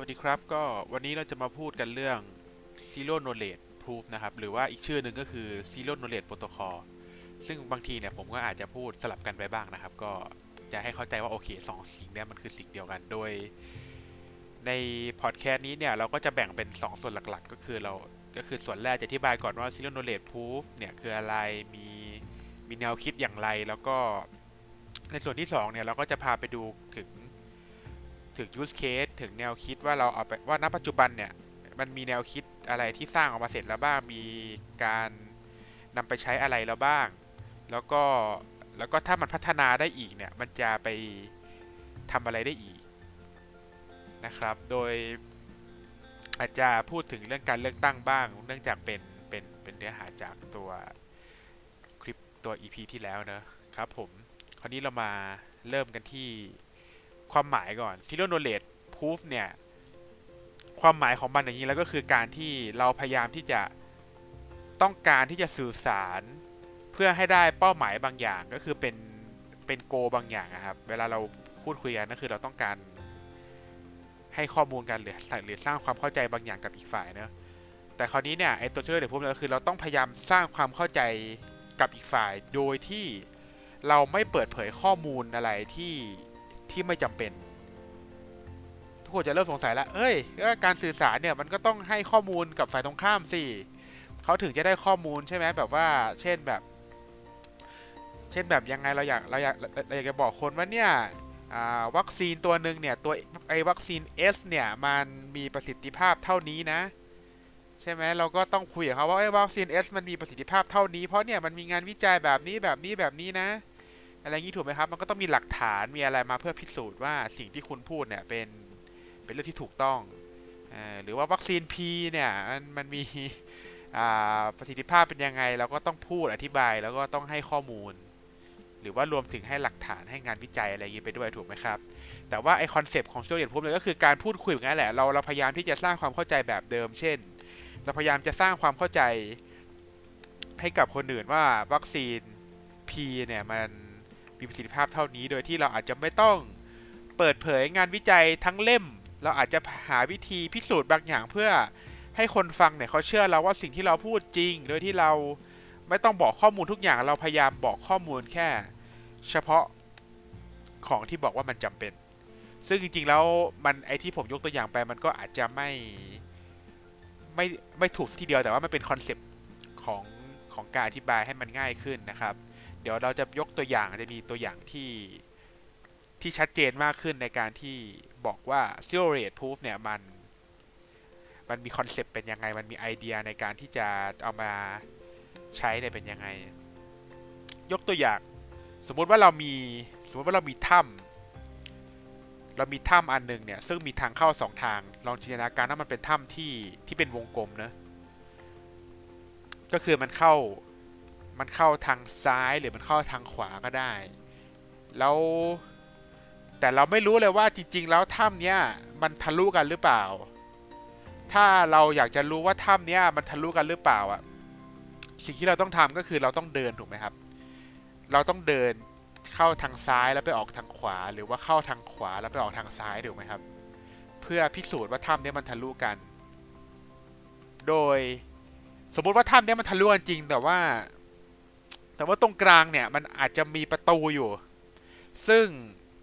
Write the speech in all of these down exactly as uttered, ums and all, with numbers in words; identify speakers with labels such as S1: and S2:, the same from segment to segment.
S1: วัสดีครับก็วันนี้เราจะมาพูดกันเรื่อง Zero Knowledge Proof นะครับหรือว่าอีกชื่อหนึ่งก็คือ Zero Knowledge Protocol ซึ่งบางทีเนี่ยผมก็อาจจะพูดสลับกันไปบ้างนะครับก็จะให้เข้าใจว่าโอเคสองสิ่งนี้มันคือสิ่งเดียวกันโดยในพอดแคสต์นี้เนี่ยเราก็จะแบ่งเป็นสองส่วนหลักๆก็คือเราก็คือส่วนแรกจะอธิบายก่อนว่า Zero Knowledge Proof เนี่ยคืออะไรมีมีแนวคิดอย่างไรแล้วก็ในส่วนที่สองเนี่ยเราก็จะพาไปดูถึง ถึง use case ถึงแนวคิดว่าเราเอาไปว่าณปัจจุบันเนี่ยมันมีแนวคิดอะไรที่สร้างออกมาเสร็จแล้วบ้างมีการนำไปใช้อะไรแล้วบ้างแล้วก็แล้วก็ถ้ามันพัฒนาได้อีกเนี่ยมันจะไปทำอะไรได้อีกนะครับโดยอาจจะพูดถึงเรื่องการเลือกตั้งบ้างเนื่องจากเป็นเป็นเป็นเนื้อหาจากตัวคลิปตัว อี พี ที่แล้วนะครับผมคราวนี้เรามาเริ่มกันที่ความหมายก่อน Zero Knowledge Proof เนี่ยความหมายของมันอย่างนี้แล้วก็คือการที่เราพยายามที่จะต้องการที่จะสื่อสารเพื่อให้ได้เป้าหมายบางอย่างก็คือเป็นเป็นโกบางอย่างนะครับเวลาเราพูดคุยกันก็คือเราต้องการให้ข้อมูลกันหรือหรือสร้างความเข้าใจบางอย่างกับอีกฝ่ายเนอะแต่คราวนี้เนี่ยไอ้ตัวช่วยเดี๋ยวพูดก็คือเราต้องพยายามสร้างความเข้าใจกับอีกฝ่ายโดยที่เราไม่เปิดเผยข้อมูลอะไรที่ที่ไม่จำเป็นทุกคนจะเริ่มสงสัยแล้วเอ้ยการสื่อสารเนี่ยมันก็ต้องให้ข้อมูลกับฝ่ายตรงข้ามสิเขาถึงจะได้ข้อมูลใช่ไหมแบบว่าเช่นแบบเช่นแบบยังไงเราอยากเราอยากเราอยากจะบอกคนว่าเนี่ยวัคซีนตัวหนึ่งเนี่ยตัวไอวัคซีน S เนี่ยมันมีประสิทธิภาพเท่านี้นะใช่ไหมเราก็ต้องคุยกับเขาว่าไอวัคซีน S มันมีประสิทธิภาพเท่านี้เพราะเนี่ยมันมีงานวิจัยแบบนี้แบบนี้แบบนี้นะอะไรอย่างนี้ถูกไหมครับมันก็ต้องมีหลักฐานมีอะไรมาเพื่อพิสูจน์ว่าสิ่งที่คุณพูดเนี่ยเป็นเป็นเรื่องที่ถูกต้องหรือว่าวัคซีน P เนี่ยมันมันมีประสิทธิภาพเป็นยังไงเราก็ต้องพูดอธิบายแล้วก็ต้องให้ข้อมูลหรือว่ารวมถึงให้หลักฐานให้งานวิจัยอะไรอย่างนี้ไปด้วยถูกไหมครับแต่ว่าไอคอนเซปต์ของโซเดียมพูดเลยก็คือการพูดคุยอย่างนั้นแหละเราเราพยายามที่จะสร้างความเข้าใจแบบเดิมเช่นเราพยายามจะสร้างความเข้าใจให้กับคนอื่นว่าวัคซีน P เนี่ยมันมีประสิทธิภาพเท่านี้โดยที่เราอาจจะไม่ต้องเปิดเผยงานวิจัยทั้งเล่มเราอาจจะหาวิธีพิสูจน์บางอย่างเพื่อให้คนฟังเนี่ยเขาเชื่อเราว่าสิ่งที่เราพูดจริงโดยที่เราไม่ต้องบอกข้อมูลทุกอย่างเราพยายามบอกข้อมูลแค่เฉพาะของที่บอกว่ามันจำเป็นซึ่งจริงๆแล้วมันไอที่ผมยกตัวอย่างไปมันก็อาจจะไม่ไม่ไม่ถูกทีเดียวแต่ว่ามันเป็นคอนเซปต์ของของการอธิบายให้มันง่ายขึ้นนะครับเดี๋ยวเราจะยกตัวอย่างจะมีตัวอย่างที่ที่ชัดเจนมากขึ้นในการที่บอกว่า zero rate proof เนี่ยมันมันมีคอนเซปต์เป็นยังไงมันมีไอเดียในการที่จะเอามาใช้เนี่ยเป็นยังไงยกตัวอย่างสมมุติว่าเรามีสมมติว่าเรามีถ้ำเรามีถ้ำอันหนึ่งเนี่ยซึ่งมีทางเข้าสองทางลองจินตนาการว่ามันเป็นถ้ำที่ที่เป็นวงกลมนะก็คือมันเข้ามันเข้าทางซ้ายหรือมันเข้าทางขวาก็ได้แล้วแต่เราไม่รู้เลยว่าจริงๆแล้วถ้ำเนี้ยมันทะลุกันหรือเปล่าถ้าเราอยากจะรู้ว่าถ้ำเนี้ยมันทะลุกันหรือเปล่าอ่ะสิ่งที่เราต้องทำก็คือเราต้องเดินถูกไหมครับเราต้องเดินเข้าทางซ้ายแล้วไปออกทางขวาหรือว่าเข้าทางขวาแล้วไปออกทางซ้ายถูกไหมครับเพื่อพิสูจน์ว่าถ้ำนี้มันทะลุกันโดยสมมุติว่าถ้ำนี้มันทะลุกันจริงแต่ว่าแต่ว่าตรงกลางเนี่ยมันอาจจะมีประตูอยู่ซึ่ง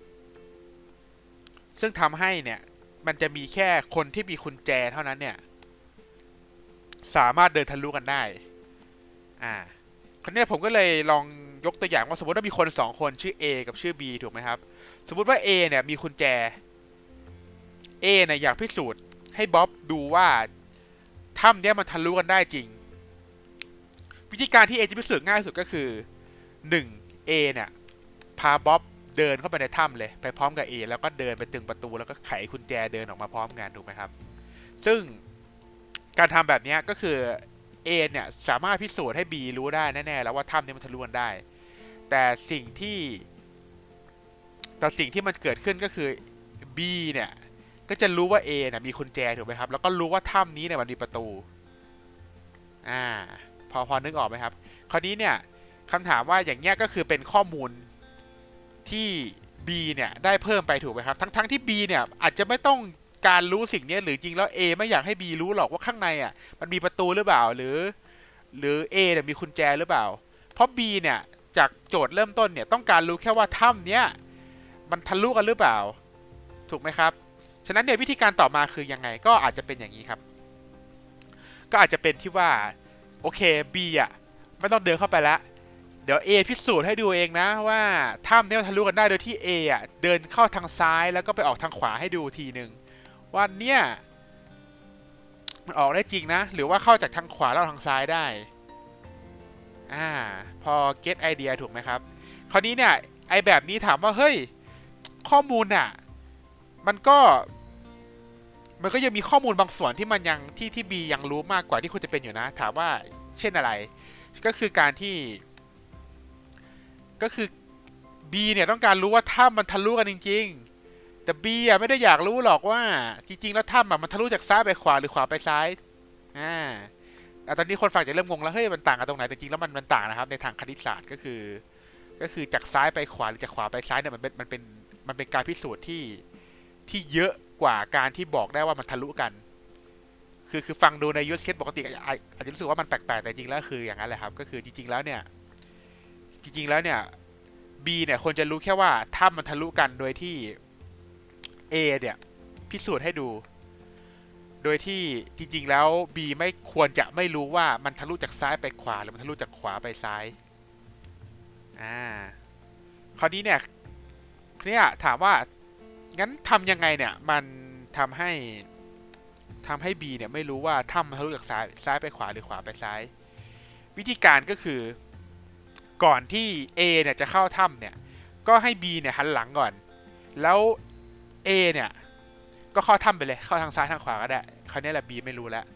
S1: ซึ่งทำให้เนี่ยมันจะมีแค่คนที่มีกุญแจเท่านั้นเนี่ยสามารถเดินทะลุกันได้อ่าคราวนี้ผมก็เลยลองยกตัวอย่างว่าสมมติว่ามีคนสองคนชื่อ A กับชื่อ B ถูกไหมครับสมมติว่า A เนี่ยมีกุญแจ A เนี่ยอยากพิสูจน์ให้บ๊อบดูว่าถ้ำเนี้ยมันทะลุกันได้จริงวิธีการที่ A จะพิสูจน์ง่ายสุดก็คือหนึ่ง A เนี่ยพาบ๊อบเดินเข้าไปในถ้ำเลยไปพร้อมกับ A แล้วก็เดินไปถึงประตูแล้วก็ไขกุญแจเดินออกมาพร้อมกันถูกไหมครับซึ่งการทำแบบนี้ก็คือ A เนี่ยสามารถพิสูจน์ให้ B รู้ได้แน่ๆแล้วว่าถ้ำนี้มันทะลุกันได้แต่สิ่งที่แต่สิ่งที่มันเกิดขึ้นก็คือ B เนี่ยก็จะรู้ว่า A เนี่ยมีกุญแจถูกไหมครับแล้วก็รู้ว่าถ้ำนี้เนี่ยมันมีประตูอ่าพอพอนึกออกไหมครับคราวนี้เนี่ยคำถามว่าอย่างเงี้ยก็คือเป็นข้อมูลที่ B เนี่ยได้เพิ่มไปถูกไหมครับทั้งทั้งที่ B เนี่ยอาจจะไม่ต้องการรู้สิ่งนี้หรือจริงแล้ว A ไม่อยากให้ B รู้หรอกว่าข้างในอ่ะมันมีประตูหรือเปล่าหรือหรือ A เนี่ยมีกุญแจหรือเปล่าเพราะ B เนี่ยจากโจทย์เริ่มต้นเนี่ยต้องการรู้แค่ว่าถ้ำเนี้ยมันทะลุกันหรือเปล่าถูกไหมครับฉะนั้นเนี่ยวิธีการต่อมาคือยังไงก็อาจจะเป็นอย่างนี้ครับก็อาจจะเป็นที่ว่าโอเค B อ่ะไม่ต้องเดินเข้าไปแล้วเดี๋ยว A พิสูจน์ให้ดูเองนะว่าถ้ำนี้มันทะลุกันได้โดยที่ A อ่ะเดินเข้าทางซ้ายแล้วก็ไปออกทางขวาให้ดูทีหนึ่งว่าเนี่ยมันออกได้จริงนะหรือว่าเข้าจากทางขวาแล้วทางซ้ายได้อ่าพอ get idea ถูกไหมครับคราวนี้เนี่ยไอแบบนี้ถามว่าเฮ้ยข้อมูลอ่ะมันก็มันก็ยังมีข้อมูลบางส่วนที่มันยังที่ที่ B ยังรู้มากกว่าที่ควรจะเป็นอยู่นะถามว่าเช่นอะไรก็คือการที่ก็คือ B เนี่ยต้องการรู้ว่าถ้ำมันทะลุกันจริงๆแต่ B อ่ะไม่ได้อยากรู้หรอกว่าจริงๆแล้วถ้ำอ่ะมันทะลุจากซ้ายไปขวาหรือขวาไปซ้ายอ่าตอนนี้คนฟังจะเริ่มงงแล้วเฮ้ยมันต่างกันตรงไหนแต่จริงๆแล้วมันมันต่างนะครับในทางคณิตศาสตร์ก็คือก็คือจากซ้ายไปขวาหรือจากขวาไปซ้ายเนี่ยมันเป็นมันเป็นมันเป็นการพิสูจน์ที่ที่เยอะกว่าการที่บอกได้ว่ามันทะลุกันคือคือฟังดูในยูสเคสปกติอาจจะรู้สึกว่ามันแปลกๆแต่จริงแล้วคืออย่างนั้นแหละครับก็คือจริงๆแล้วเนี่ยจริงๆแล้วเนี่ย B เนี่ยควรจะรู้แค่ว่าถ้ามันทะลุกันโดยที่ A เนี่ยพิสูจน์ให้ดูโดยที่จริงๆแล้ว B ไม่ควรจะไม่รู้ว่ามันทะลุจากซ้ายไปขวาหรือมันทะลุจากขวาไปซ้ายอ่าคราวนี้เนี่ยเนี่ยถามว่างั้นทำยังไงเนี่ยมันทำให้ทำให้ B เนี่ยไม่รู้ว่าถ้ำมันทะลุจากซ้ายซ้ายไปขวาหรือขวาไปซ้ายวิธีการก็คือก่อนที่ A เนี่ยจะเข้าถ้ำเนี่ยก็ให้ B เนี่ยหันหลังก่อนแล้ว A เนี่ยก็เข้าถ้ำไปเลยเข้าทางซ้ายทางขวาก็ได้คราวนี้แหละ B ไม่รู้แล้ว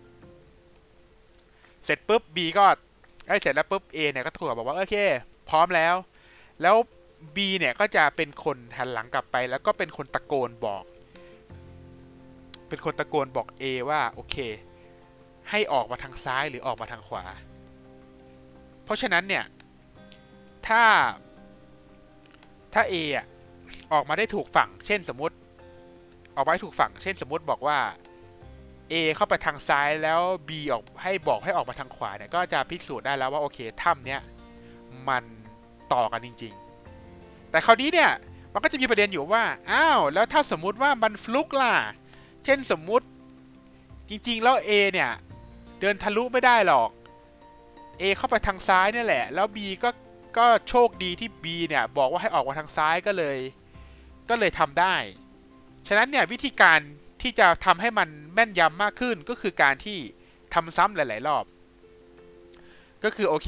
S1: เสร็จปุ๊บ B ก็ไอ้เสร็จแล้วปุ๊บ A เนี่ยก็ถูกบอกว่าโอเคพร้อมแล้วแล้ว B เนี่ยก็จะเป็นคนหันหลังกลับไปแล้วก็เป็นคนตะโกนบอกเป็นคนตะโกนบอก A ว่าโอเคให้ออกมาทางซ้ายหรือออกมาทางขวาเพราะฉะนั้นเนี่ยถ้าถ้า A อ่ะออกมาได้ถูกฝั่งเช่นสมมติออกมาได้ถูกฝั่งเช่นสมมติบอกว่า A เข้าไปทางซ้ายแล้ว B ออกให้บอกให้ออกมาทางขวาเนี่ยก็จะพิสูจน์ได้แล้วว่าโอเคถ้ำเนี้ยมันต่อกันจริงๆแต่คราวนี้เนี่ยมันก็จะมีประเด็นอยู่ว่าอ้าวแล้วถ้าสมมุติว่ามันฟลุกล่ะเช่นสมมุติจริงๆแล้ว A เนี่ยเดินทะลุไม่ได้หรอก A เข้าไปทางซ้ายนี่แหละแล้ว B ก็ก็โชคดีที่ B เนี่ยบอกว่าให้ออกมาทางซ้ายก็เลยก็เลยทำได้ฉะนั้นเนี่ยวิธีการที่จะทำให้มันแม่นยำมากขึ้นก็คือการที่ทำซ้ำหลายๆรอบก็คือโอเค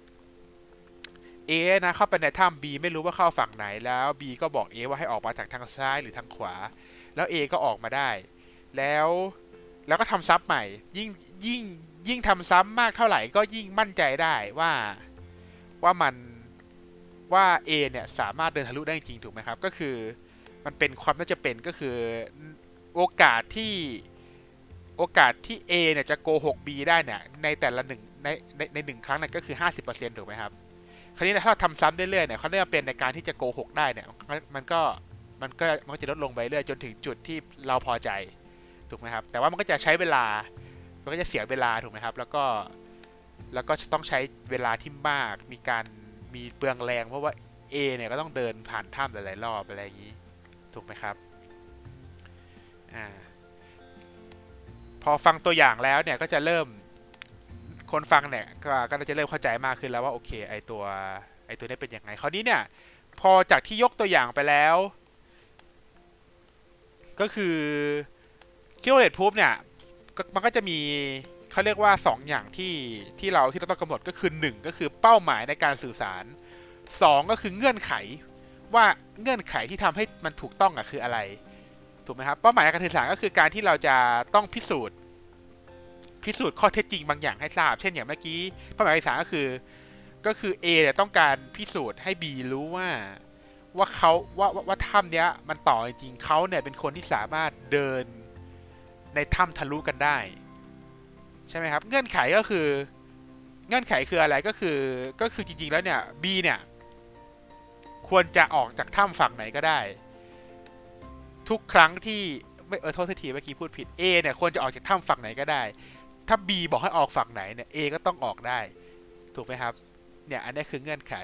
S1: A นะเข้าไปในถ้ำ B ไม่รู้ว่าเข้าฝั่งไหนแล้ว B ก็บอก A ว่าให้ออกมาจากทางซ้ายหรือทางขวาแล้ว A ก็ออกมาได้แล้วแล้วก็ทำซ้ำใหม่ยิ่งยิ่งยิ่งทำซ้ำมากเท่าไหร่ก็ยิ่งมั่นใจได้ว่าว่ามันว่า A เนี่ยสามารถเดินทะลุได้จริงถูกไหมครับก็คือมันเป็นความน่าจะเป็นก็คือโอกาสที่โอกาสที่ A เนี่ยจะโกหก B ได้เนี่ยในแต่ละหนึ่งในในในหนึ่งครั้งนั่นก็คือ ห้าสิบเปอร์เซ็นต์ ถูกไหมครับคราวนี้ถ้าเราทำซ้ำเรื่อยๆเนี่ยเขาเรียกว่าเป็นในการที่จะโกหกได้เนี่ยมันก็มันก็มันก็จะลดลงไปเรื่อยจนถึงจุดที่เราพอใจถูกไหมครับแต่ว่ามันก็จะใช้เวลามันก็จะเสียเวลาถูกไหมครับแล้วก็แล้วก็ต้องใช้เวลาที่มากมีการมีเปลืองแรงเพราะว่า A เนี่ยก็ต้องเดินผ่านถ้ำหลายๆรอบอะไรอย่างนี้ถูกไหมครับอ่าพอฟังตัวอย่างแล้วเนี่ยก็จะเริ่มคนฟังเนี่ยก็ก็จะเริ่มเข้าใจมากขึ้นแล้วว่าโอเคไอตัวไอตัวนี้เป็นยังไงคราวนี้เนี่ยพอจากที่ยกตัวอย่างไปแล้วก็คือซิโอเลตพูฟเนี่ยมันก็จะมีเขาเรียกว่าสองอย่างที่ที่เราที่เราต้องกำหนดก็คือหนึ่งก็คือเป้าหมายในการสื่อสารสองก็คือเงื่อนไขว่าเงื่อนไขที่ทำให้มันถูกต้องอะคืออะไรถูกไหมครับเป้าหมายในการสื่อสารก็คือการที่เราจะต้องพิสูจน์พิสูจน์ข้อเท็จจริงบางอย่างให้ทราบเช่นอย่างเมื่อกี้เป้าหมายที่สามก็คือก็คือ A เนี่ยต้องการพิสูจน์ให้ B รู้ว่าว่าเขาว่าว่าถ้ำเนี้ยมันต่อจริงเขาเนี่ยเป็นคนที่สามารถเดินในถ้ำทะลุกันได้ใช่ไหมครับเงื่อนไขก็คือเงื่อนไขคืออะไรก็คือก็คือจริงๆแล้วเนี่ย B เนี่ยควรจะออกจากถ้ำฝั่งไหนก็ได้ทุกครั้งที่ไม่เออโทษทีเมื่อกี้พูดผิด A เนี่ยควรจะออกจากถ้ำฝั่งไหนก็ได้ถ้า B บอกให้ออกฝั่งไหนเนี่ย A ก็ต้องออกได้ถูกไหมครับเนี่ยอันนี้คือเงื่อนไข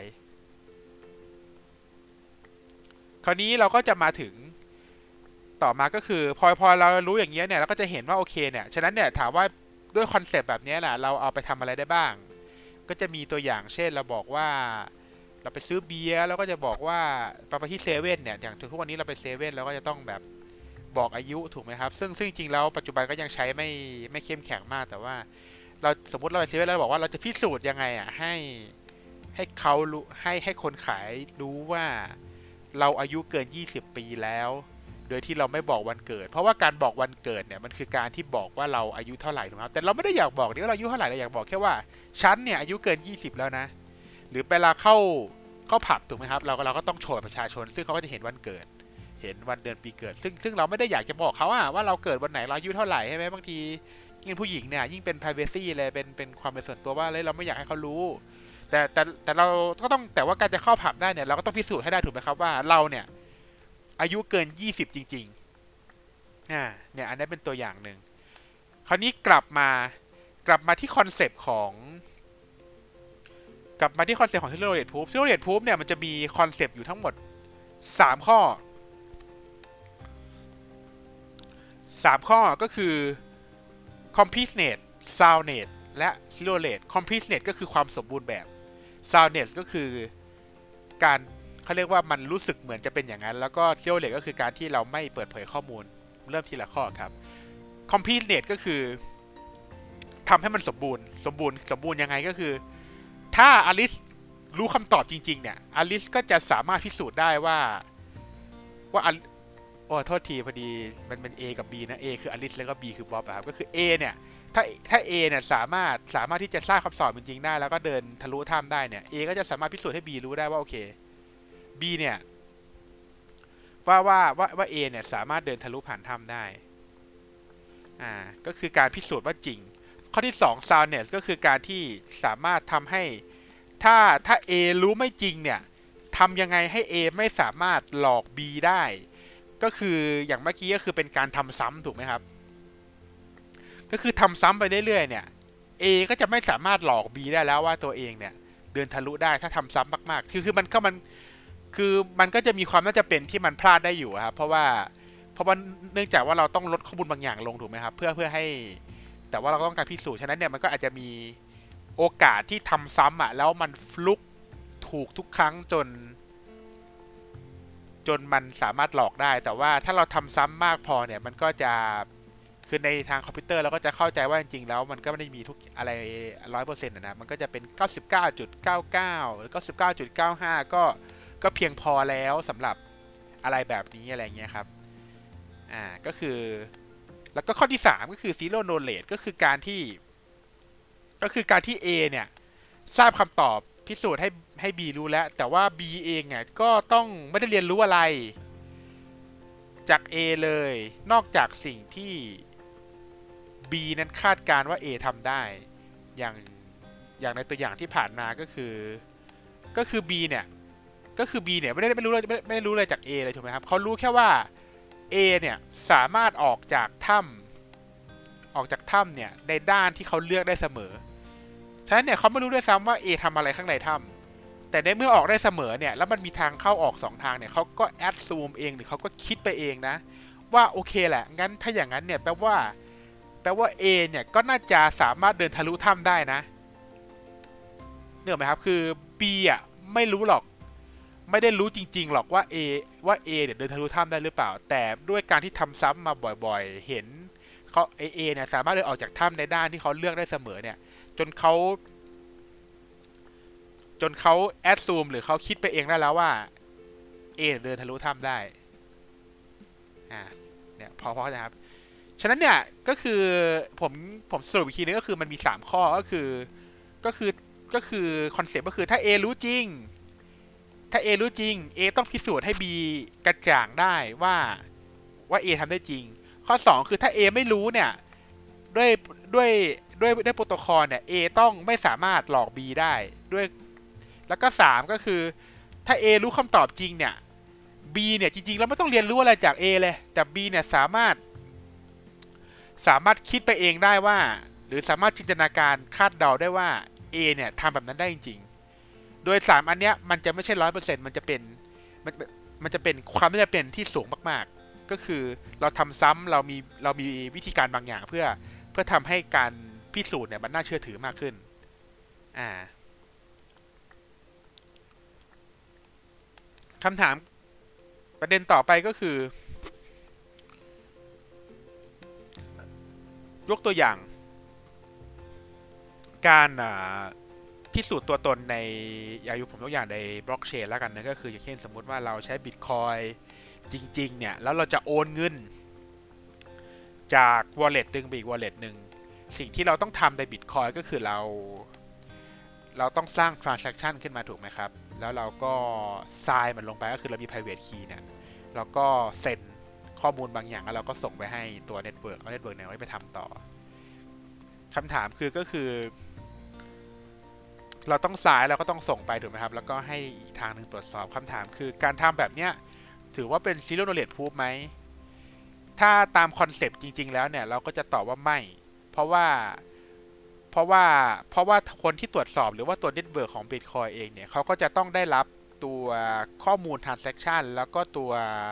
S1: คราวนี้เราก็จะมาถึงต่อมาก็คือพอพอเรารู้อย่างเงี้ยเนี่ยเราก็จะเห็นว่าโอเคเนี่ยฉะนั้นเนี่ยถามว่าด้วยคอนเซปต์แบบนี้แหละเราเอาไปทำอะไรได้บ้างก็จะมีตัวอย่างเช่นเราบอกว่าเราไปซื้อเบียร์แล้วก็จะบอกว่าไปที่เซเว่นเนี่ยอย่างทุกวันนี้เราไปเซเว่นเราก็จะต้องแบบบอกอายุถูกไหมครับซึ่งซึ่งจริงๆแล้วปัจจุบันก็ยังใช้ไม่ไม่เข้มแข็งมากแต่ว่าเราสมมติเราไปเซเว่นแล้วบอกว่าเราจะพิสูจน์ยังไงอ่ะให้ให้เขารู้ให้ให้คนขายรู้ว่าเราอายุเกินยี่สิบปีแล้วโดยที่เราไม่บอกวันเกิดเพราะว่าการบอกวันเกิดเนี่ยมันคือการที่บอกว่าเราอายุเท่าไหร่ถูกไหมครับแต่เราไม่ได้อยากบอกว่าเราอายุเท่าไหร่เราอยากบอกแค่ว่าฉันเนี่ยอายุเกินยี่สิบแล้วนะหรือเวลาเข้าเข้าผับถูกไหมครับเราเราก็ต้องโชว์ประชาชนซึ่งเขาก็จะเห็นวันเกิดเห็นวันเดือนปีเกิดซึ่งซึ่งเราไม่ได้อยากจะบอกเขาอะว่าเราเกิดวันไหนเราอายุเท่าไหร่ใช่ไหมบางทียิ่งผู้หญิงเนี่ยยิ่งเป็น privacy เลยเป็นเป็นความเป็นส่วนตัวว่าเลยเราไม่อยากให้เขารู้แต่แต่แต่เราก็ต้องแต่ว่าการจะเข้าผับได้เนี่ยเราก็ต้องพิสูจน์ให้ได้ถูกไหมครับว่าเราเนี่ยอายุเกินยี่สิบจริงๆอ่าเนี่ยอันนี้เป็นตัวอย่างหนึ่งคราวนี้กลับมากลับมาที่คอนเซปต์ของกลับมาที่คอนเซปต์ของ Zero Knowledge Proof Zero Knowledge Proof เนี่ยมันจะมีคอนเซปต์อยู่ทั้งหมดสามข้อสามข้อก็คือ completeness soundness และ zero knowledge completeness ก็คือความสมบูรณ์แบบ soundness ก็คือการเขาเรียกว่ามันรู้สึกเหมือนจะเป็นอย่างนั้นแล้วก็ zero knowledge ก็คือการที่เราไม่เปิดเผยข้อมูลเริ่มทีละข้อครับ completeness ก็คือทำให้มันสมบูรณ์สมบูรณ์สมบูรณ์ยังไงก็คือถ้าอลิสรู้คำตอบจริงๆเนี่ยอลิสก็จะสามารถพิสูจน์ได้ว่าว่าโอ้โทษทีพอดีมันเป็น A กับ B นะ A คืออลิสแล้วก็ B คือบ๊อบครับก็คือ A เนี่ยถ้าถ้า A เนี่ยสามารถสามารถที่จะสร้างคำตอบจริงๆได้แล้วก็เดินทะลุถ้ำได้เนี่ย A ก็จะสามารถพิสูจน์ให้ B รู้ได้ว่าโอเค B เนี่ยว่าว่าว่าว่า A เนี่ยสามารถเดินทะลุผ่านถ้ำได้อ่าก็คือการพิสูจน์ว่าจริงข้อที่สอง soundness ก็คือการที่สามารถทำให้ถ้าถ้า A รู้ไม่จริงเนี่ยทำยังไงให้ A ไม่สามารถหลอก B ได้ก็คืออย่างเมื่อกี้ก็คือเป็นการทำซ้ำถูกไหมครับก็คือทำซ้ำไปเรื่อยๆเนี่ย A ก็จะไม่สามารถหลอก B ได้แล้วว่าตัวเองเนี่ยเดินทะลุได้ถ้าทำซ้ำมากๆคือคือมันก็มันคือมันก็จะมีความน่าจะเป็นที่มันพลาดได้อยู่ครับเพราะว่าเพราะว่าเนื่องจากว่าเราต้องลดข้อมูลบางอย่างลงถูกไหมครับเพื่อเพื่อให้แต่ว่าเราต้องการพิสูจน์ฉะนั้นเนี่ยมันก็อาจจะมีโอกาสที่ทำซ้ำอ่ะแล้วมันฟลุกถูกทุกครั้งจนจนมันสามารถหลอกได้แต่ว่าถ้าเราทำซ้ำมากพอเนี่ยมันก็จะคือในทางคอมพิวเตอร์เราก็จะเข้าใจว่าจริงๆแล้วมันก็ไม่ได้มีทุกอะไรร้อยเปอร์เซ็นต์นะมันก็จะเป็น เก้าสิบเก้าจุดเก้าเก้า หรือ เก้าสิบเก้าจุดเก้าห้า ก็ก็เพียงพอแล้วสำหรับอะไรแบบนี้อะไรเงี้ยครับอ่าก็คือแล้วก็ข้อที่สามก็คือ zero knowledge ก็คือการที่ก็คือการที่ A เนี่ยทราบคำตอบพิสูจน์ให้ให้ B รู้แล้วแต่ว่า B เองเนี่ยก็ต้องไม่ได้เรียนรู้อะไรจาก A เลยนอกจากสิ่งที่ B นั้นคาดการณ์ว่า A ทำได้อย่างอย่างในตัวอย่างที่ผ่านมาก็คือก็คือ B เนี่ยก็คือ B เนี่ยไม่ได้ไม่รู้เลยไม่ไม่รู้เลยจาก A เลยถูกไหมครับเขารู้แค่ว่า A เนี่ยสามารถออกจากถ้ำออกจากถ้ำเนี่ยในด้านที่เขาเลือกได้เสมอฉะนั้นเนี่ยเขาไม่รู้ด้วยซ้ำว่า A ทำอะไรข้างในถ้ำแต่ในเมื่อออกได้เสมอเนี่ยแล้วมันมีทางเข้าออกสองทางเนี่ยเขาก็แอดซูมเองหรือเขาก็คิดไปเองนะว่าโอเคแหละงั้นถ้าอย่างนั้นเนี่ยแปลว่าแปลว่า A เนี่ยก็น่าจะสามารถเดินทะลุถ้ำได้นะเนื่องไหมครับคือ B อ่ะไม่รู้หรอกไม่ได้รู้จริงๆหรอกว่า A ว่า A เนี่ยเดินทะลุถ้ำได้หรือเปล่าแต่ด้วยการที่ทำซ้ำมาบ่อยๆเห็นเขาเอเอเนี่ยสามารถเดินออกจากถ้ำในด้านที่เขาเลือกได้เสมอเนี่ยจนเขาจนเขาแอดซูมหรือเขาคิดไปเองได้แล้วว่า A เดินทะลุถ้ำได้อ่าเนี่ยพอพอนะครับฉะนั้นเนี่ยก็คือผมผมสรุปอีกทีนึงก็คือมันมีสามข้อก็คือก็คือก็คือคอนเซ็ปต์ก็คือถ้า A รู้จริงถ้า A รู้จริง A ต้องพิสูจน์ให้ B กระจ่างได้ว่าว่า A ทำได้จริงข้อสองคือถ้า A ไม่รู้เนี่ยด้วยด้วยด้วยด้วยโปรโตคอลเนี่ย A ต้องไม่สามารถหลอก B ได้ด้วยแล้วก็สามก็คือถ้า A รู้คำตอบจริงเนี่ย B เนี่ยจริงๆแล้วไม่ต้องเรียนรู้อะไรจาก A เลยแต่ B เนี่ยสามารถสามารถคิดไปเองได้ว่าหรือสามารถจินตนาการคาดเดาได้ว่า A เนี่ยทำแบบนั้นได้จริงๆโดยสามอันเนี้ยมันจะไม่ใช่ร้อยเปอร์เซ็นต์มันจะเป็นมันมันจะเป็นความน่าจะเป็นที่สูงมากๆก็คือเราทำซ้ำเรามีเรามีวิธีการบางอย่างเพื่อเพื่อทำให้การพิสูจน์เนี่ยมันน่าเชื่อถือมากขึ้นอ่าคำถามประเด็นต่อไปก็คือยกตัวอย่างการพิสูจน์ตัวตนในอย่างยุผมยกอย่างในบล็อกเชนแล้วกันนะก็คืออย่างเช่นสมมติว่าเราใช้บิตคอยจริงๆเนี่ยแล้วเราจะโอนเงินจาก wallet หนึ่งไปอีก wallet หนึ่งสิ่งที่เราต้องทำในบิตคอยก็คือเราเราต้องสร้าง transaction ขึ้นมาถูกไหมครับแล้วเราก็ sign มันลงไปก็คือเรามี private key เนี่ยเราก็เซ็นข้อมูลบางอย่างแล้วเราก็ส่งไปให้ตัว network เอา network เนี่ยไว้ไปทำต่อคำถามคือก็คือเราต้องสายเราก็ต้องส่งไปถูกไหมครับแล้วก็ให้อีกทางหนึ่งตรวจสอบคำถามคือการทำแบบเนี้ยถือว่าเป็น zero knowledge proof ไหมถ้าตามคอนเซปต์จริงๆแล้วเนี่ยเราก็จะตอบว่าไม่เพราะว่าเพราะว่าเพราะว่าคนที่ตรวจสอบหรือว่าตัว network ของ Bitcoin เองเนี่ยเขาก็จะต้องได้รับตัวข้อมูล transaction แล้วก็ตัว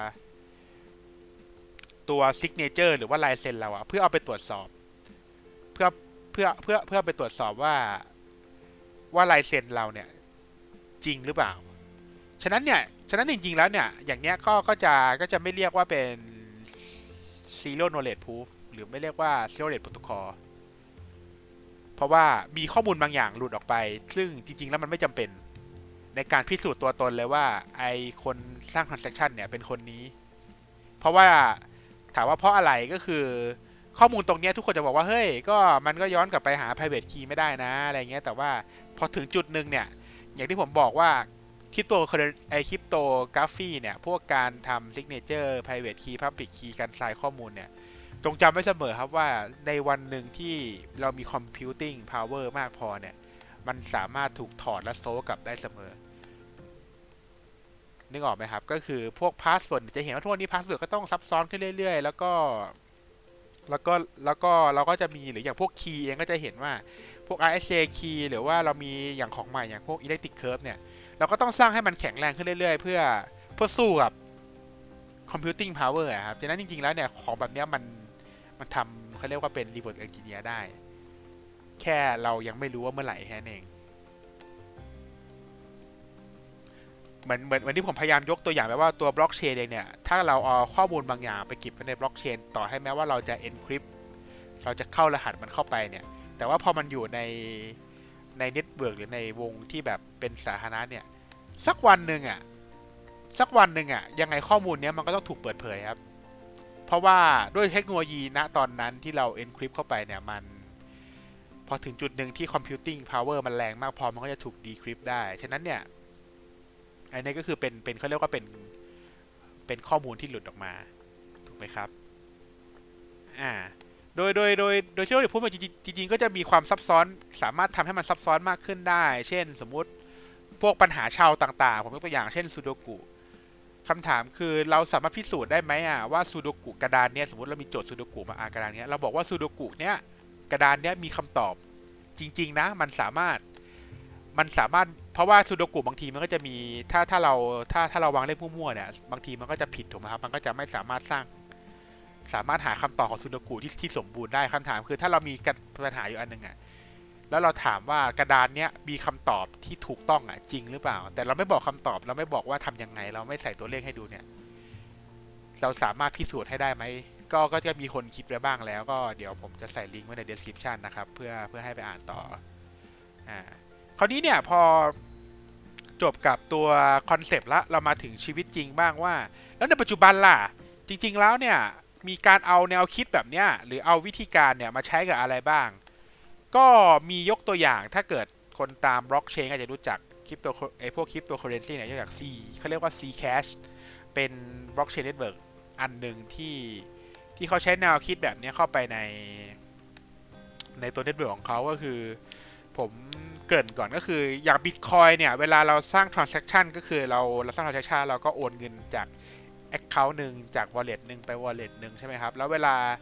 S1: ตัว signature หรือว่าลายเซ็นเราอะเพื่อเอาไปตรวจสอบเพื่อเพื่อเพื่อเพื่อไปตรวจสอบว่าว่าลายเซ็นเราเนี่ยจริงหรือเปล่าฉะนั้นเนี่ยฉะนั้นจริงๆแล้วเนี่ยอย่างเนี้ยก็ก็จะก็จะไม่เรียกว่าเป็น zero knowledge proof หรือไม่เรียกว่า zero knowledge protocol เพราะว่ามีข้อมูลบางอย่างหลุดออกไปซึ่งจริงๆแล้วมันไม่จำเป็นในการพิสูจน์ตัวตนเลยว่าไอคนสร้าง transaction เนี่ยเป็นคนนี้เพราะว่าถามว่าเพราะอะไรก็คือข้อมูลตรงนี้ทุกคนจะบอกว่าเฮ้ยก็มันก็ย้อนกลับไปหา private key ไม่ได้นะอะไรเงี้ยแต่ว่าพอถึงจุดหนึ่งเนี่ยอย่างที่ผมบอกว่าคริปโตไอคริปโตกราฟีเนี่ยพวกการทำ signature private key public key การใส่ข้อมูลเนี่ยจงจำไว้เสมอครับว่าในวันหนึ่งที่เรามี computing power มากพอเนี่ยมันสามารถถูกถอดและโซกลับได้เสมอนึกออกไหมครับก็คือพวกพาสเวิร์ดจะเห็นว่าทุกวันนี้พาสเวิร์ดก็ต้องซับซ้อนขึ้นเรื่อยๆแล้วก็แล้วก็แล้วก็เราก็จะมีหรืออย่างพวกคีย์เองก็จะเห็นว่าพวก อาร์ เอส เจ key หรือว่าเรามีอย่างของใหม่อย่างพวก electric curve เนี่ยเราก็ต้องสร้างให้มันแข็งแรงขึ้นเรื่อยๆเพื่อเพื่อสู้กับ computing power อะครับฉะนั้นจริงๆแล้วเนี่ยของแบบนี้มันมันทำเขาเรียกว่าเป็น reverse engineer ได้แค่เรายังไม่รู้ว่าเมื่อไหร่แค่นั้นเองเหมือนเหมือนเหมือนที่ผมพยายามยกตัวอย่างไปว่าตัวบล็อกเชนเองเนี่ยถ้าเราเอาข้อมูลบางอย่างไปเก็บไว้ในบล็อกเชนต่อให้แม้ว่าเราจะ encrypt เราจะเข้ารหัสมันเข้าไปเนี่ยแต่ว่าพอมันอยู่ในในเน็ตเวิร์กหรือในวงที่แบบเป็นสาธารณะเนี่ยสักวันหนึ่งอ่ะสักวันหนึ่งอ่ะยังไงข้อมูลเนี้ยมันก็ต้องถูกเปิดเผยครับเพราะว่าด้วยเทคโนโลยีณตอนนั้นที่เรา encrypt เข้าไปเนี่ยมันพอถึงจุดหนึ่งที่ computing power มันแรงมากพอมันก็จะถูก decrypt ได้ฉะนั้นเนี่ยอันนี้ก็คือเป็นเป็นเขาเรียกว่าเป็นเป็นข้อมูลที่หลุดออกมาถูกไหมครับอ่าโดยโดยโดยโดยเชื่อว่าพูดมาจริงจริงก็จะมีความซับซ้อนสามารถทำให้มันซับซ้อนมากขึ้นได้เช่นสมมุติพวกปัญหาชาวต่างๆผมยกตัวอย่างเช่นซูโดกุคำถามคือเราสามารถพิสูจน์ได้ไหมอ่ะว่าซูโดกุกระดานเนี้ยสมมติเรามีโจทย์ซูโดกุมาอ่านกระดานเนี้ยเราบอกว่าซูโดกุเนี้ยกระดานเนี้ยมีคำตอบจริงๆนะมันสามารถมันสามารถเพราะว่าซูโดกุบางทีมันก็จะมีถ้าถ้าเราถ้าถ้าเราวางเลขมั่วๆเนี่ยบางทีมันก็จะผิดถูกไหมครับมันก็จะไม่สามารถสร้างสามารถหาคำตอบของซูโดกุที่ที่สมบูรณ์ได้คำถามคือถ้าเรามีปัญหาอยู่อันหนึ่งอ่ะแล้วเราถามว่ากระดานเนี้ยมีคำตอบที่ถูกต้องอ่ะจริงหรือเปล่าแต่เราไม่บอกคำตอบเราไม่บอกว่าทำยังไงเราไม่ใส่ตัวเลขให้ดูเนี่ยเราสามารถพิสูจน์ให้ได้ไหมก็ก็จะมีคนคิดไว้บ้างแล้วก็เดี๋ยวผมจะใส่ลิงก์ไว้ใน description นะครับเพื่อเพื่อให้ไปอ่านต่ออ่าคราวนี้เนี่ยพอจบกับตัวคอนเซปต์ละเรามาถึงชีวิตจริงบ้างว่าแล้วในปัจจุบันล่ะจริงๆแล้วเนี่ยมีการเอาแนวคิดแบบเนี้ยหรือเอาวิธีการเนี่ยมาใช้กับอะไรบ้างก็มียกตัวอย่างถ้าเกิดคนตามบล็อกเชนอาจจะรู้จักคริปโตไอพวกคริปโตเคอเรนซีเนี่ยอย่าง C เขาเรียกว่า Zcash เป็นบล็อกเชนเน็ตเวิร์กอันหนึ่งที่ที่เขาใช้แนวคิดแบบนี้เข้าไปในในตัวเน็ตเวิร์กของเขาก็คือผมเกริ่นก่อนก็คืออย่าง Bitcoin เนี่ยเวลาเราสร้าง transaction ก็คือเราเราสร้าง transaction เราก็โอนเงินจาก account หนึ่งจาก wallet หนึ่งไป wallet หนึ่งใช่ไหมครับแล้วเวลา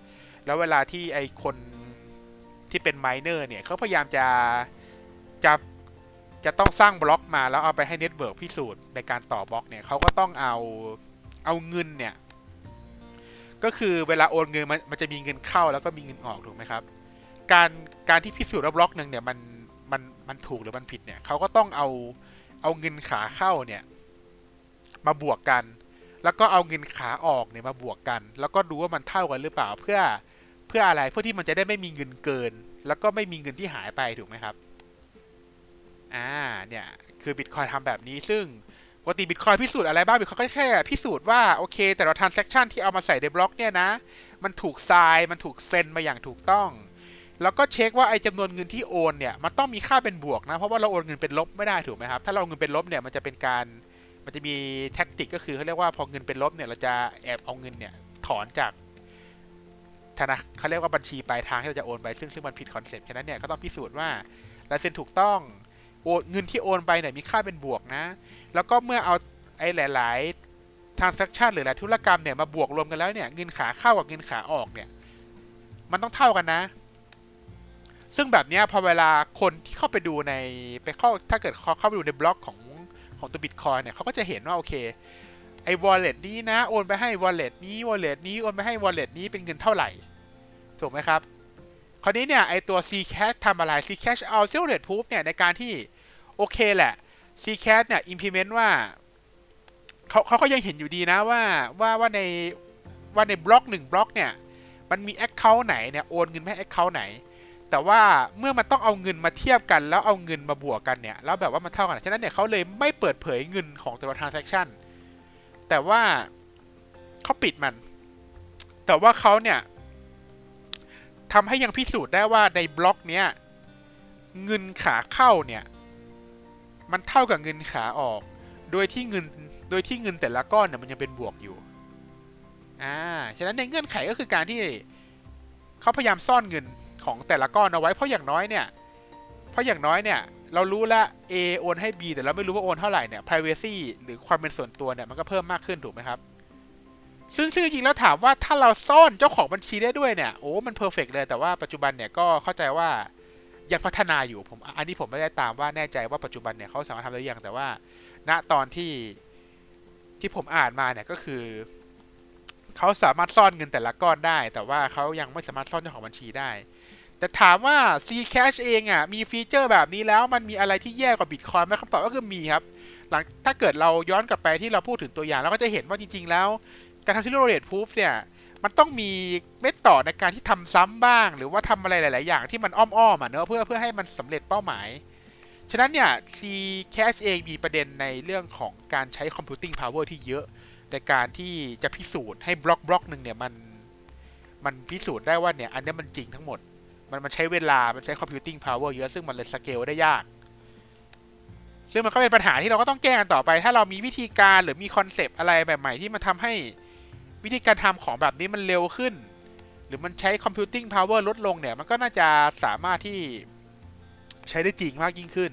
S2: แล้วเวลาที่ไอคนที่เป็นไมเนอร์เนี่ยเขาพยายามจะจะจะต้องสร้างบล็อกมาแล้วเอาไปให้เน็ตเวิร์กพิสูจน์ในการต่อบล็อกเนี่ยเขาก็ต้องเอาเอาเงินเนี่ยก็คือเวลาโอนเงินมันมันจะมีเงินเข้าแล้วก็มีเงินออกถูกไหมครับการการที่พิสูจน์ว่าบล็อกหนึ่งเนี่ยมันมันมันถูกหรือมันผิดเนี่ยเขาก็ต้องเอาเอาเงินขาเข้าเนี่ยมาบวกกันแล้วก็เอาเงินขาออกเนี่ยมาบวกกันแล้วก็ดูว่ามันเท่ากันหรือเปล่าเพื่อเพื่ออะไรเพื่อที่มันจะได้ไม่มีเงินเกินแล้วก็ไม่มีเงินที่หายไปถูกไหมครับอ่าเนี่ยคือบิตคอยทำแบบนี้ซึ่งปกติบิตคอยพิสูจน์อะไรบ้างบิตคอยก็แค่พิสูจน์ว่าโอเคแต่ละ transaction ที่เอามาใส่ในบล็อกเนี่ยนะมันถูกทรายมันถูกเซ็นมาอย่างถูกต้องแล้วก็เช็คว่าไอ้จำนวนเงินที่โอนเนี่ยมันต้องมีค่าเป็นบวกนะเพราะว่าเราโอนเงินเป็นลบไม่ได้ถูกไหมครับถ้าเราเงินเป็นลบเนี่ยมันจะเป็นการมันจะมีแท็กติกก็คือเขาเรียกว่าพอเงินเป็นลบเนี่ยเราจะแอบเอาเงินเนี่ยถอนจากธนาเขาเรียกว่าบัญชีปลายทางที่เราจะโอนไปซึ่งซึ่งมันผิดคอนเซ็ปต์ฉะนั้นเนี่ยก็ต้องพิสูจน์ว่าลายเซ็นถูกต้องโอนเงินที่โอนไปเนี่ยมีค่าเป็นบวกนะแล้วก็เมื่อเอาไอ้หลายๆ transaction หรือหลายธุรกรรมเนี่ยมาบวกรวมกันแล้วเนี่ยเงินขาเข้ากับเงินขาออกเนี่ยมันต้องเท่ากันนะซึ่งแบบนี้พอเวลาคนที่เข้าไปดูในไปเข้าถ้าเกิดเขาเข้าไปดูในบล็อกของของตัวบิตคอยเนี่ยเขาก็จะเห็นว่าโอเคไอ้ wallet นี้นะโอนไปให้ wallet นี้ wallet นี้โอนไปให้ wallet นี้เป็นเงินเท่าไหร่ถูกไหมครับคราวนี้เนี่ยไอตัว Zcash ทำอะไร Zcash เอา Zero Date Proof เนี่ยในการที่โอเคแหละ Zcash เนี่ย implement ว่าเขาเขาก็ยังเห็นอยู่ดีนะว่าว่าว่าในว่าในบล็อกหนึ่งบล็อกเนี่ยมันมี account ไหนเนี่ยโอนเงินไปให้ account ไหนแต่ว่าเมื่อมันต้องเอาเงินมาเทียบกันแล้วเอาเงินมาบวกกันเนี่ยแล้วแบบว่ามันเท่ากันฉะนั้นเนี่ยเขาเลยไม่เปิดเผยเงินของแต่ละ transaction แต่ว่าเขาปิดมันแต่ว่าเขาเนี่ยทำให้ยังพิสูจน์ได้ว่าในบล็อกเนี้ยเงินขาเข้าเนี่ยมันเท่ากับเงินขาออกโดยที่เงินโดยที่เงินแต่ละก้อนเนี่ยมันยังเป็นบวกอยู่อ่าฉะนั้นในเงื่อนไขก็คือการที่เขาพยายามซ่อนเงินของแต่ละก้อนเอาไว้เพราะอย่างน้อยเนี่ยเพราะอย่างน้อยเนี่ยเรารู้แล้ว A โอนให้ B แต่เราไม่รู้ว่าโอนเท่าไหร่เนี่ย privacy หรือความเป็นส่วนตัวเนี่ยมันก็เพิ่มมากขึ้นถูกไหมครับซึ่งซึ่งจริงๆแล้วถามว่าถ้าเราซ่อนเจ้าของบัญชีได้ด้วยเนี่ยโอ้มันเพอร์เฟกต์เลยแต่ว่าปัจจุบันเนี่ยก็เข้าใจว่ายังพัฒนาอยู่ผมอันนี้ผมไม่ได้ตามว่าแน่ใจว่าปัจจุบันเนี่ยเขาสามารถทำได้ยังแต่ว่าณตอนที่ที่ผมอ่านมาเนี่ยก็คือเขาสามารถซ่อนเงินแต่ละก้อนได้แต่ว่าเขายังไม่สามารถซ่อนเจ้าของบัญชีได้แต่ถามว่า Zcash เองอ่ะมีฟีเจอร์แบบนี้แล้วมันมีอะไรที่แย่กว่า Bitcoin ไหมคำตอบก็คือมีครับหลังถ้าเกิดเราย้อนกลับไปที่เราพูดถึงตัวอย่างเราก็จะเห็นว่าจริงๆแล้วการทำ Zero Date Proof เนี่ยมันต้องมีเมธอดในการที่ทำซ้ำบ้างหรือว่าทำอะไรหลายๆอย่างที่มันอ้อมๆอ่ะเนอะเพื่อเพื่อให้มันสำเร็จเป้าหมายฉะนั้นเนี่ย Zcash เองมีประเด็นในเรื่องของการใช้ computing power ที่เยอะในการที่จะพิสูจน์ให้บล็อกบล็อกหนึ่งเนี่ยมันมันพิสูจน์ได้ว่าเนี่ยอันนี้มันจริงทั้งหมดมันมันใช้เวลามันใช้ computing power เยอะซึ่งมันเลยสเกลได้ยากซึ่งมันก็เป็นปัญหาที่เราก็ต้องแก้กันต่อไปถ้าเรามีวิธีการหรือมีคอนเซปต์อะไรแบบใหม่ที่มันทำให้วิธีการทำของแบบนี้มันเร็วขึ้นหรือมันใช้ computing power ลดลงเนี่ยมันก็น่าจะสามารถที่ใช้ได้จริงมากยิ่งขึ้น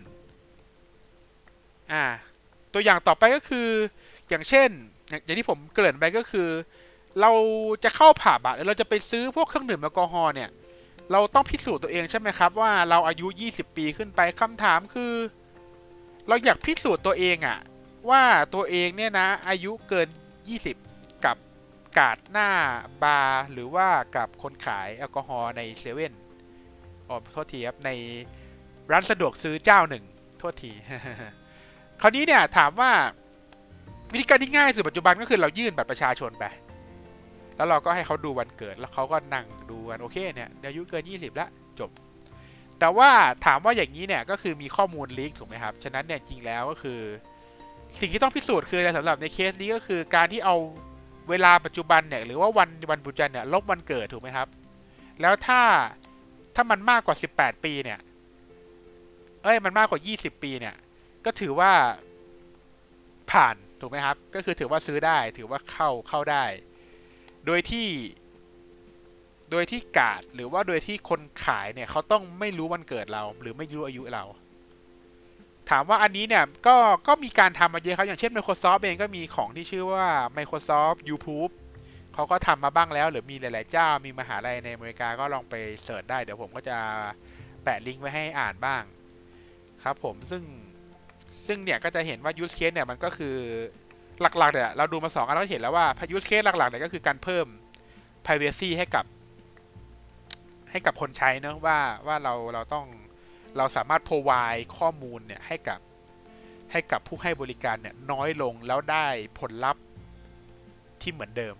S2: อ่าตัวอย่างต่อไปก็คืออย่างเช่นอย่างที่ผมเกริ่นไปก็คือเราจะเข้าผับอะเราจะไปซื้อพวกเครื่องดื่มแอลกอฮอล์เนี่ยเราต้องพิสูจน์ตัวเองใช่ไหมครับว่าเราอายุยี่สิบปีขึ้นไปคำถามคือเราอยากพิสูจน์ตัวเองอะว่าตัวเองเนี่ยนะอายุเกินยี่สิบกับกาดหน้าบาร์หรือว่ากับคนขายแอลกอฮอล์ในเซเว่นอ๋อโทษทีครับในร้านสะดวกซื้อเจ้าหนึ่งโทษที คราวนี้เนี่ยถามว่าวิธีการที่ง่ายสุดปัจจุบันก็คือเรายื่นบัตรประชาชนไปแล้วเราก็ให้เขาดูวันเกิดแล้วเขาก็นั่งดูกันโอเคเนี่ยอายุเกินยี่สิบแล้วจบแต่ว่าถามว่าอย่างนี้เนี่ยก็คือมีข้อมูลลีกถูกไหมครับฉะนั้นเนี่ยจริงแล้วก็คือสิ่งที่ต้องพิสูจน์คืออะไรสำหรับในเคสนี้ก็คือการที่เอาเวลาปัจจุบันเนี่ยหรือว่าวันวันปัจจุบันเนี่ยลบวันเกิดถูกไหมครับแล้วถ้าถ้ามันมากกว่าสิบแปดปีเนี่ยเอ้ยมันมากกว่ายี่สิบปีเนี่ยก็ถือว่าผ่านถูกไหมครับก็คือถือว่าซื้อได้ถือว่าเข้าเข้าได้โดยที่โดยที่กาดหรือว่าโดยที่คนขายเนี่ยเขาต้องไม่รู้วันเกิดเราหรือไม่รู้อายุเราถามว่าอันนี้เนี่ยก็ก็มีการทำมาเยอะครับอย่างเช่น Microsoft เองก็มีของที่ชื่อว่า Microsoft YouProof เขาก็ทำมาบ้างแล้วหรือมีหลายๆเจ้ามีมหาลัยในอเมริกาก็ลองไปเสิร์ชได้เดี๋ยวผมก็จะแปะลิงก์ไว้ให้อ่านบ้างครับผมซึ่งซึ่งเนี่ยก็จะเห็นว่า use case เนี่ยมันก็คือหลักๆเนี่ยเราดูมาสองอันเราเห็นแล้วว่า use case หลักๆเนี่ยก็คือการเพิ่ม privacy ให้กับให้กับคนใช้เนอะว่าว่าเราเราต้องเราสามารถ provide ข้อมูลเนี่ยให้กับให้กับผู้ให้บริการเนี่ยน้อยลงแล้วได้ผลลัพธ์ที่เหมือนเดิม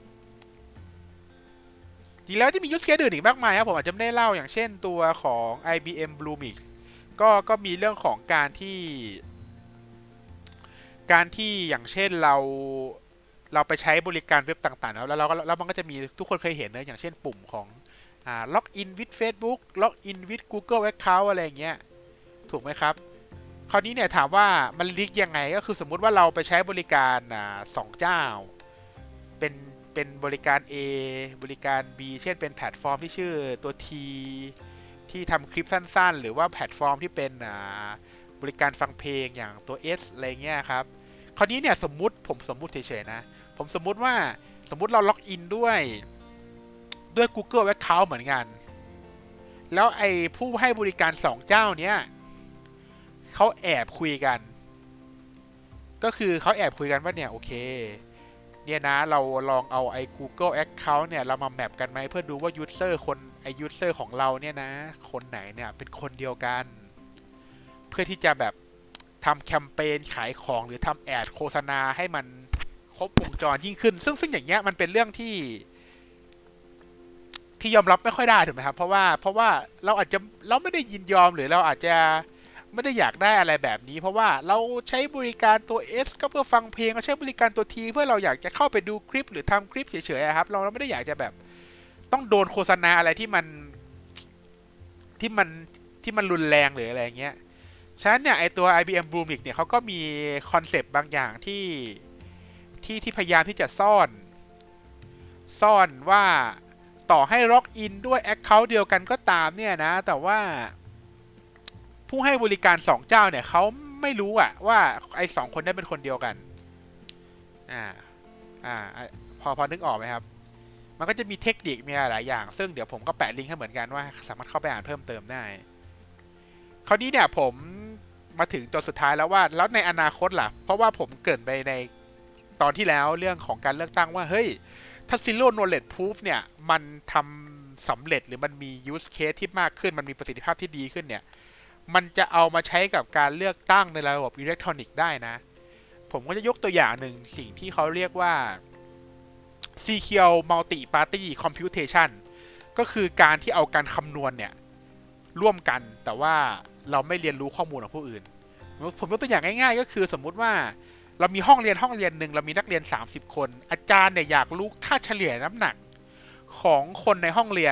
S2: จริงแล้วที่มี use case อื่นอีกมากมายครับผมอาจจะไม่ได้เล่าอย่างเช่นตัวของ ไอ บี เอ็ม Bluemix ก็ก็มีเรื่องของการที่การที่อย่างเช่นเราเราไปใช้บริการเว็บต่างๆแล้วแล้วเราก็แล้วมันก็จะมีทุกคนเคยเห็นนะอย่างเช่นปุ่มของอ่า log in with Facebook log in with Google Account อะไรอย่างเงี้ยถูกไหมครับคราวนี้เนี่ยถามว่ามันลิกยังไงก็คือสมมุติว่าเราไปใช้บริการอ่าสองเจ้าเป็นเป็นบริการ A บริการ B เช่นเป็นแพลตฟอร์มที่ชื่อตัว T ที่ทำคลิปสั้นๆหรือว่าแพลตฟอร์มที่เป็นอ่าบริการฟังเพลงอย่างตัว S อะไรเงี้ยครับคราวนี้เนี่ยสมมุติผมสมมุติเฉยๆนะผมสมมุติว่าสมมุติเราล็อกอินด้วยด้วย Google Account เหมือนกันแล้วไอ้ผู้ให้บริการสองเจ้าเนี้ยเขาแอบคุยกันก็คือเขาแอบคุยกันว่าเนี่ยโอเคเนี่ยนะเราลองเอาไอ้ Google Account เนี่ยเรามาแมปกันไหมเพื่อดูว่า user คนไอ้ user ของเราเนี่ยนะคนไหนเนี่ยเป็นคนเดียวกันเพื่อที่จะแบบทำแคมเปญขายของหรือทำแอดโฆษณาให้มันครบวงจรยิ่งขึ้นซึ่งซึ่งอย่างเงี้ยมันเป็นเรื่องที่ที่ยอมรับไม่ค่อยได้ถูกไหมครับเพราะว่าเพราะว่าเราอาจจะเราไม่ได้ยินยอมหรือเราอาจจะไม่ได้อยากได้อะไรแบบนี้เพราะว่าเราใช้บริการตัว S ก็เพื่อฟังเพลงเราใช้บริการตัว T เพื่อเราอยากจะเข้าไปดูคลิปหรือทำคลิปเฉยๆครับเราเราไม่ได้อยากจะแบบต้องโดนโฆษณาอะไรที่มันที่มันที่มันรุนแรงหรืออะไรเงี้ยฉะนั้นเนี่ยไอตัว ไอ บี เอ็ม Bluemix เนี่ยเขาก็มีคอนเซปต์บางอย่างที่ที่ที่พยายามที่จะซ่อนซ่อนว่าต่อให้ล็อกอินด้วย Account เดียวกันก็ตามเนี่ยนะแต่ว่าผู้ให้บริการสองเจ้าเนี่ยเขาไม่รู้อะว่าไอ้สองคนนั้นเป็นคนเดียวกันอ่าอ่าพอพอนึกออกไหมครับมันก็จะมีเทคนิคมีหลายอย่างซึ่งเดี๋ยวผมก็แปะลิงก์ให้เหมือนกันว่าสามารถเข้าไปอ่านเพิ่มเติมได้คราวนี้เนี่ยผมมาถึงตัวสุดท้ายแล้วว่าแล้วในอนาคตล่ะเพราะว่าผมเกริ่นไปในตอนที่แล้วเรื่องของการเลือกตั้งว่าเฮ้ยถ้า Zero Knowledge Proof เนี่ยมันทำสำเร็จหรือมันมี use case ที่มากขึ้นมันมีประสิทธิภาพที่ดีขึ้นเนี่ยมันจะเอามาใช้กับการเลือกตั้งในระบบอิเล็กทรอนิกส์ได้นะผมก็จะยกตัวอย่างหนึ่งสิ่งที่เขาเรียกว่า Secure Multi Party Computation ก็คือการที่เอาการคำนวณเนี่ยร่วมกันแต่ว่าเราไม่เรียนรู้ข้อมูลของผู้อื่นผมยกตัวอย่างง่ายๆก็คือสมมุติว่าเรามีห้องเรียนห้องเรียนหนึ่งเรามีนักเรียนสามสิบคนอาจารย์เนี่ยอยากรู้ค่าเฉลี่ยน้ำหนักของคนในห้องเรียน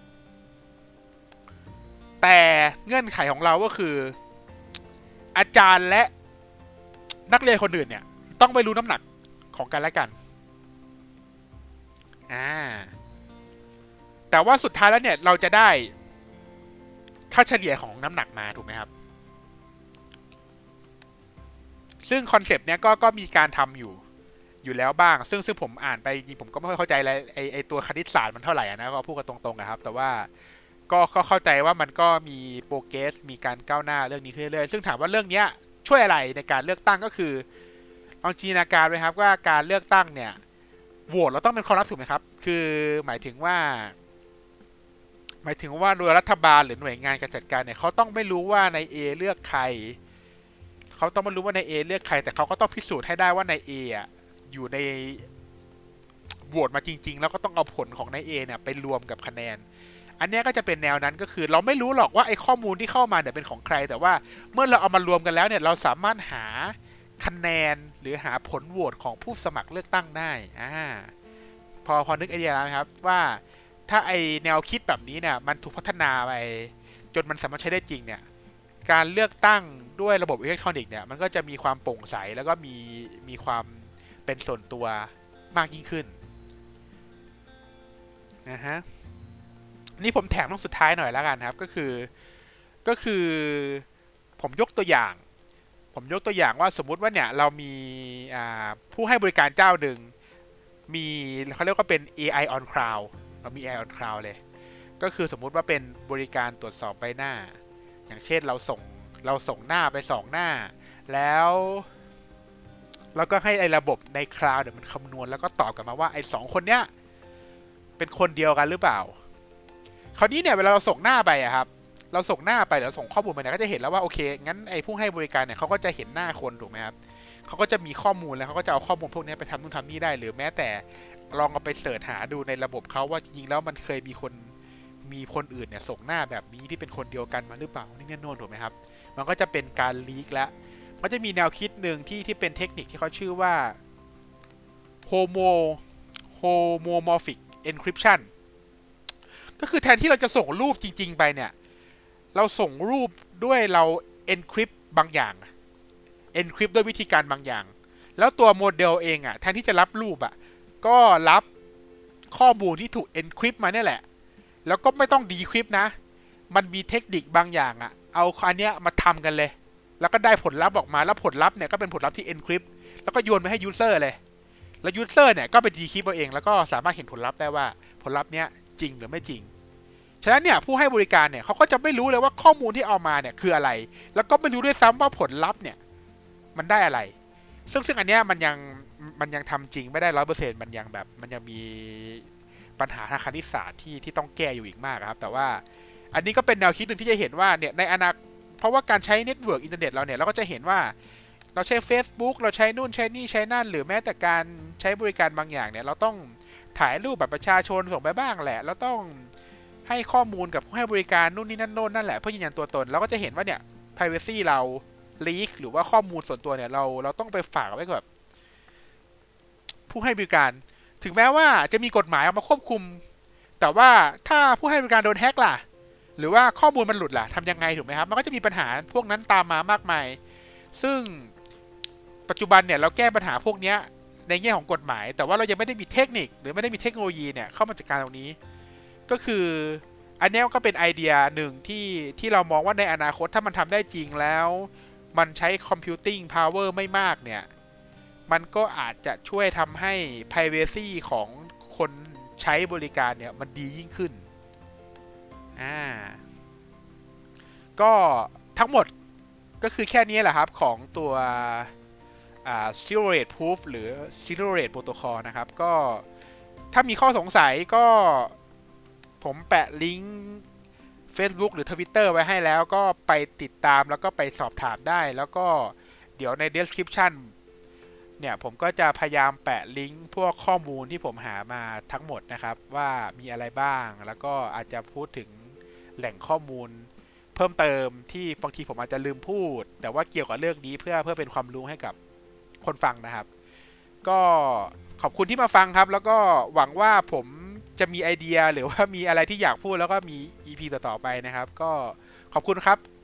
S2: แต่เงื่อนไขของเราก็คืออาจารย์และนักเรียนคนอื่นเนี่ยต้องไม่รู้น้ำหนักของกันและกันอ่าแต่ว่าสุดท้ายแล้วเนี่ยเราจะได้ค่าเฉลี่ยของน้ำหนักมาถูกไหมครับซึ่งคอนเซปต์เนี้ยก็ก็มีการทำอยู่อยู่แล้วบ้างซึ่งซึ่งผมอ่านไปจริงผมก็ไม่ค่อยเข้าใจอะไรไอไอตัวคณิตศาสตร์มันเท่าไหร่นะก็พูดกันตรงๆนะครับแต่ว่าก็เข้าใจว่ามันก็มีโปรเกรสมีการก้าวหน้าเรื่องนี้ขึ้นเรื่อยๆซึ่งถามว่าเรื่องนี้ช่วยอะไรในการเลือกตั้งก็คือลองจินตนาการไว้ครับว่าการเลือกตั้งเนี่ยโหวตเราต้องเป็นความลับถูกไหมครับคือหมายถึงว่าหมายถึงว่าโดยรัฐบาลหรือหน่วยงานการจัดการเนี่ยเขาต้องไม่รู้ว่าใน A เลือกใครเขาต้องไม่รู้ว่าใน A เลือกใครแต่เขาก็ต้องพิสูจน์ให้ได้ว่าใน A อ่ะอยู่ในโหวตมาจริงๆแล้วก็ต้องเอาผลของใน A เนี่ยไปรวมกับคะแนนอันนี้ก็จะเป็นแนวนั้นก็คือเราไม่รู้หรอกว่าไอ้ข้อมูลที่เข้ามาเนี่ยเป็นของใครแต่ว่าเมื่อเราเอามารวมกันแล้วเนี่ยเราสามารถหาคะแนนหรือหาผลโหวตของผู้สมัครเลือกตั้งได้อ่าพอพอนึกไอเดียแล้วครับว่าถ้าไอแนวคิดแบบนี้เนี่ยมันถูกพัฒนาไปจนมันสามารถใช้ได้จริงเนี่ยการเลือกตั้งด้วยระบบอิเล็กทรอนิกส์เนี่ยมันก็จะมีความโปร่งใสแล้วก็มีมีความเป็นส่วนตัวมากยิ่งขึ้นนะฮะนี่ผมแถมตรงสุดท้ายหน่อยแล้วกันครับก็คือก็คือผมยกตัวอย่างผมยกตัวอย่างว่าสมมุติว่าเนี่ยเรามีผู้ให้บริการเจ้าหนึ่งมีเขาเรียกว่าเป็น เอ ไอ on cloud เรามี เอ ไอ on cloud เลยก็คือสมมุติว่าเป็นบริการตรวจสอบใบหน้าอย่างเช่นเราส่งเราส่งหน้าไปสองหน้าแล้วเราก็ให้ไอ้ระบบในคลาวด์เนี่ยมันคำนวณแล้วก็ตอบกลับมาว่าไอ้สองคนเนี้ยเป็นคนเดียวกันหรือเปล่าคราวนี้เนี่ยเวลาเราส่งหน้าไปอะครับเราส่งหน้าไปแล้วส่งข้อมูลไปเนี่ยก็จะเห็นแล้วว่าโอเคงั้นไอ้ผู้ให้บริการเนี่ยเขาก็จะเห็นหน้าคนถูกไหมครับเขาก็จะมีข้อมูลแล้วเขาก็จะเอาข้อมูลพวกนี้ไปทำนู่นทำนี่ได้หรือแม้แต่ลองเอาไปเสิร์ชหาดูในระบบเขาว่าจริงๆแล้วมันเคยมีคนมีคนอื่นเนี่ยส่งหน้าแบบนี้ที่เป็นคนเดียวกันมาหรือเปล่านี่เนี่ยโน่นถูกไหมครับมันก็จะเป็นการลีกแล้วมันจะมีแนวคิดหนึ่งที่ที่เป็นเทคนิคที่เขาชื่อว่า homo homomorphic encryption ก็คือแทนที่เราจะส่งรูปจริงๆไปเนี่ยเราส่งรูปด้วยเรา encrypt บางอย่าง encrypt ด้วยวิธีการบางอย่างแล้วตัวโมเดลเองอ่ะแทนที่จะรับรูปอ่ะก็รับข้อมูลที่ถูก encrypt มาเนี่ยแหละแล้วก็ไม่ต้อง decrypt นะมันมีเทคนิคบางอย่างอ่ะเอาอันเนี้ยมาทำกันเลยแล้วก็ได้ผลลัพธ์ออกมาแล้วผลลัพธ์เนี่ยก็เป็นผลลัพธ์ที่ encrypt แล้วก็โยนไปให้ user เลยแล้ว user เนี่ยก็ไป decrypt เอาเองแล้วก็สามารถเห็นผลลัพธ์ได้ว่าผลลัพธ์เนี้ยจริงหรือไม่จริงฉะนั้นเนี่ยผู้ให้บริการเนี่ยเขาก็จะไม่รู้เลยว่าข้อมูลที่เอามาเนี่ยคืออะไรแล้วก็ไม่รู้ด้วยซ้ำว่าผลลัพธ์เนี่ยมันได้อะไรซึ่งซึ่งอันเนี้ยมันยังมันยังทำจริงไม่ได้ร้อยเปอร์เซ็นต์มันยังแบบมันยังมีปัญหาทางคณิตศาสตร์ที่ที่ต้องแก้อยู่อีกมากครับแต่ว่าอันนี้ก็เป็นแนวคิดหนึ่งที่จะเห็นว่าเนี่ยในอนาคตเพราะว่าการใช้เน็ตเวิร์กอินเทอร์เน็ตเราเนี่ยเราก็จะเห็นว่าเราใช้ Facebook เราใช้นู่นใช้นี่ใช้นั่นหรือแม้แต่การใช้บริการบางอย่างเนี่ยเราต้องถ่ายรูปบัตรประชาชนส่งไปบ้างแหละเราต้องให้ข้อมูลกับผู้ให้บริการนู่นนี่นั่นโน่นนั่นแหละเพื่อยืนยันตัวตนเราก็จะเห็นว่าเนี่ย privacy เรา leak หรือว่าข้อมูลส่วนตัวเนี่ยเราเราต้องไปฝากไว้กับผู้ให้บริการถึงแม้ว่าจะมีกฎหมายออกมาควบคุมแต่ว่าถ้าผู้ให้บริการโดนแฮกล่ะหรือว่าข้อมูลมันหลุดล่ะทำยังไงถูกไหมครับมันก็จะมีปัญหาพวกนั้นตามมามากมายซึ่งปัจจุบันเนี่ยเราแก้ปัญหาพวกนี้ในแง่ของกฎหมายแต่ว่าเรายังไม่ได้มีเทคนิคหรือไม่ได้มีเทคโนโลยีเนี่ยเข้ามาจัดการตรงนี้ก็คืออันนี้ก็เป็นไอเดียหนึ่งที่ที่เรามองว่าในอนาคตถ้ามันทำได้จริงแล้วมันใช้คอมพิวติ้งพาวเวอร์ไม่มากเนี่ยมันก็อาจจะช่วยทำให้ privacy ของคนใช้บริการเนี่ยมันดียิ่งขึ้นอ่าก็ทั้งหมดก็คือแค่นี้แหละครับของตัวอ่า zero rate proof หรือ zero rate protocol นะครับก็ถ้ามีข้อสงสัยก็ผมแปะลิงก์ Facebook หรือ Twitter ไว้ให้แล้วก็ไปติดตามแล้วก็ไปสอบถามได้แล้วก็เดี๋ยวใน description เนี่ยผมก็จะพยายามแปะลิงก์พวกข้อมูลที่ผมหามาทั้งหมดนะครับว่ามีอะไรบ้างแล้วก็อาจจะพูดถึงแหล่งข้อมูลเพิ่มเติมที่บางทีผมอาจจะลืมพูดแต่ว่าเกี่ยวกับเรื่องนี้เพื่อเพื่อเป็นความรู้ให้กับคนฟังนะครับก็ขอบคุณที่มาฟังครับแล้วก็หวังว่าผมจะมีไอเดียหรือว่ามีอะไรที่อยากพูดแล้วก็มี อี พี ต่อๆไปนะครับก็ขอบคุณครับ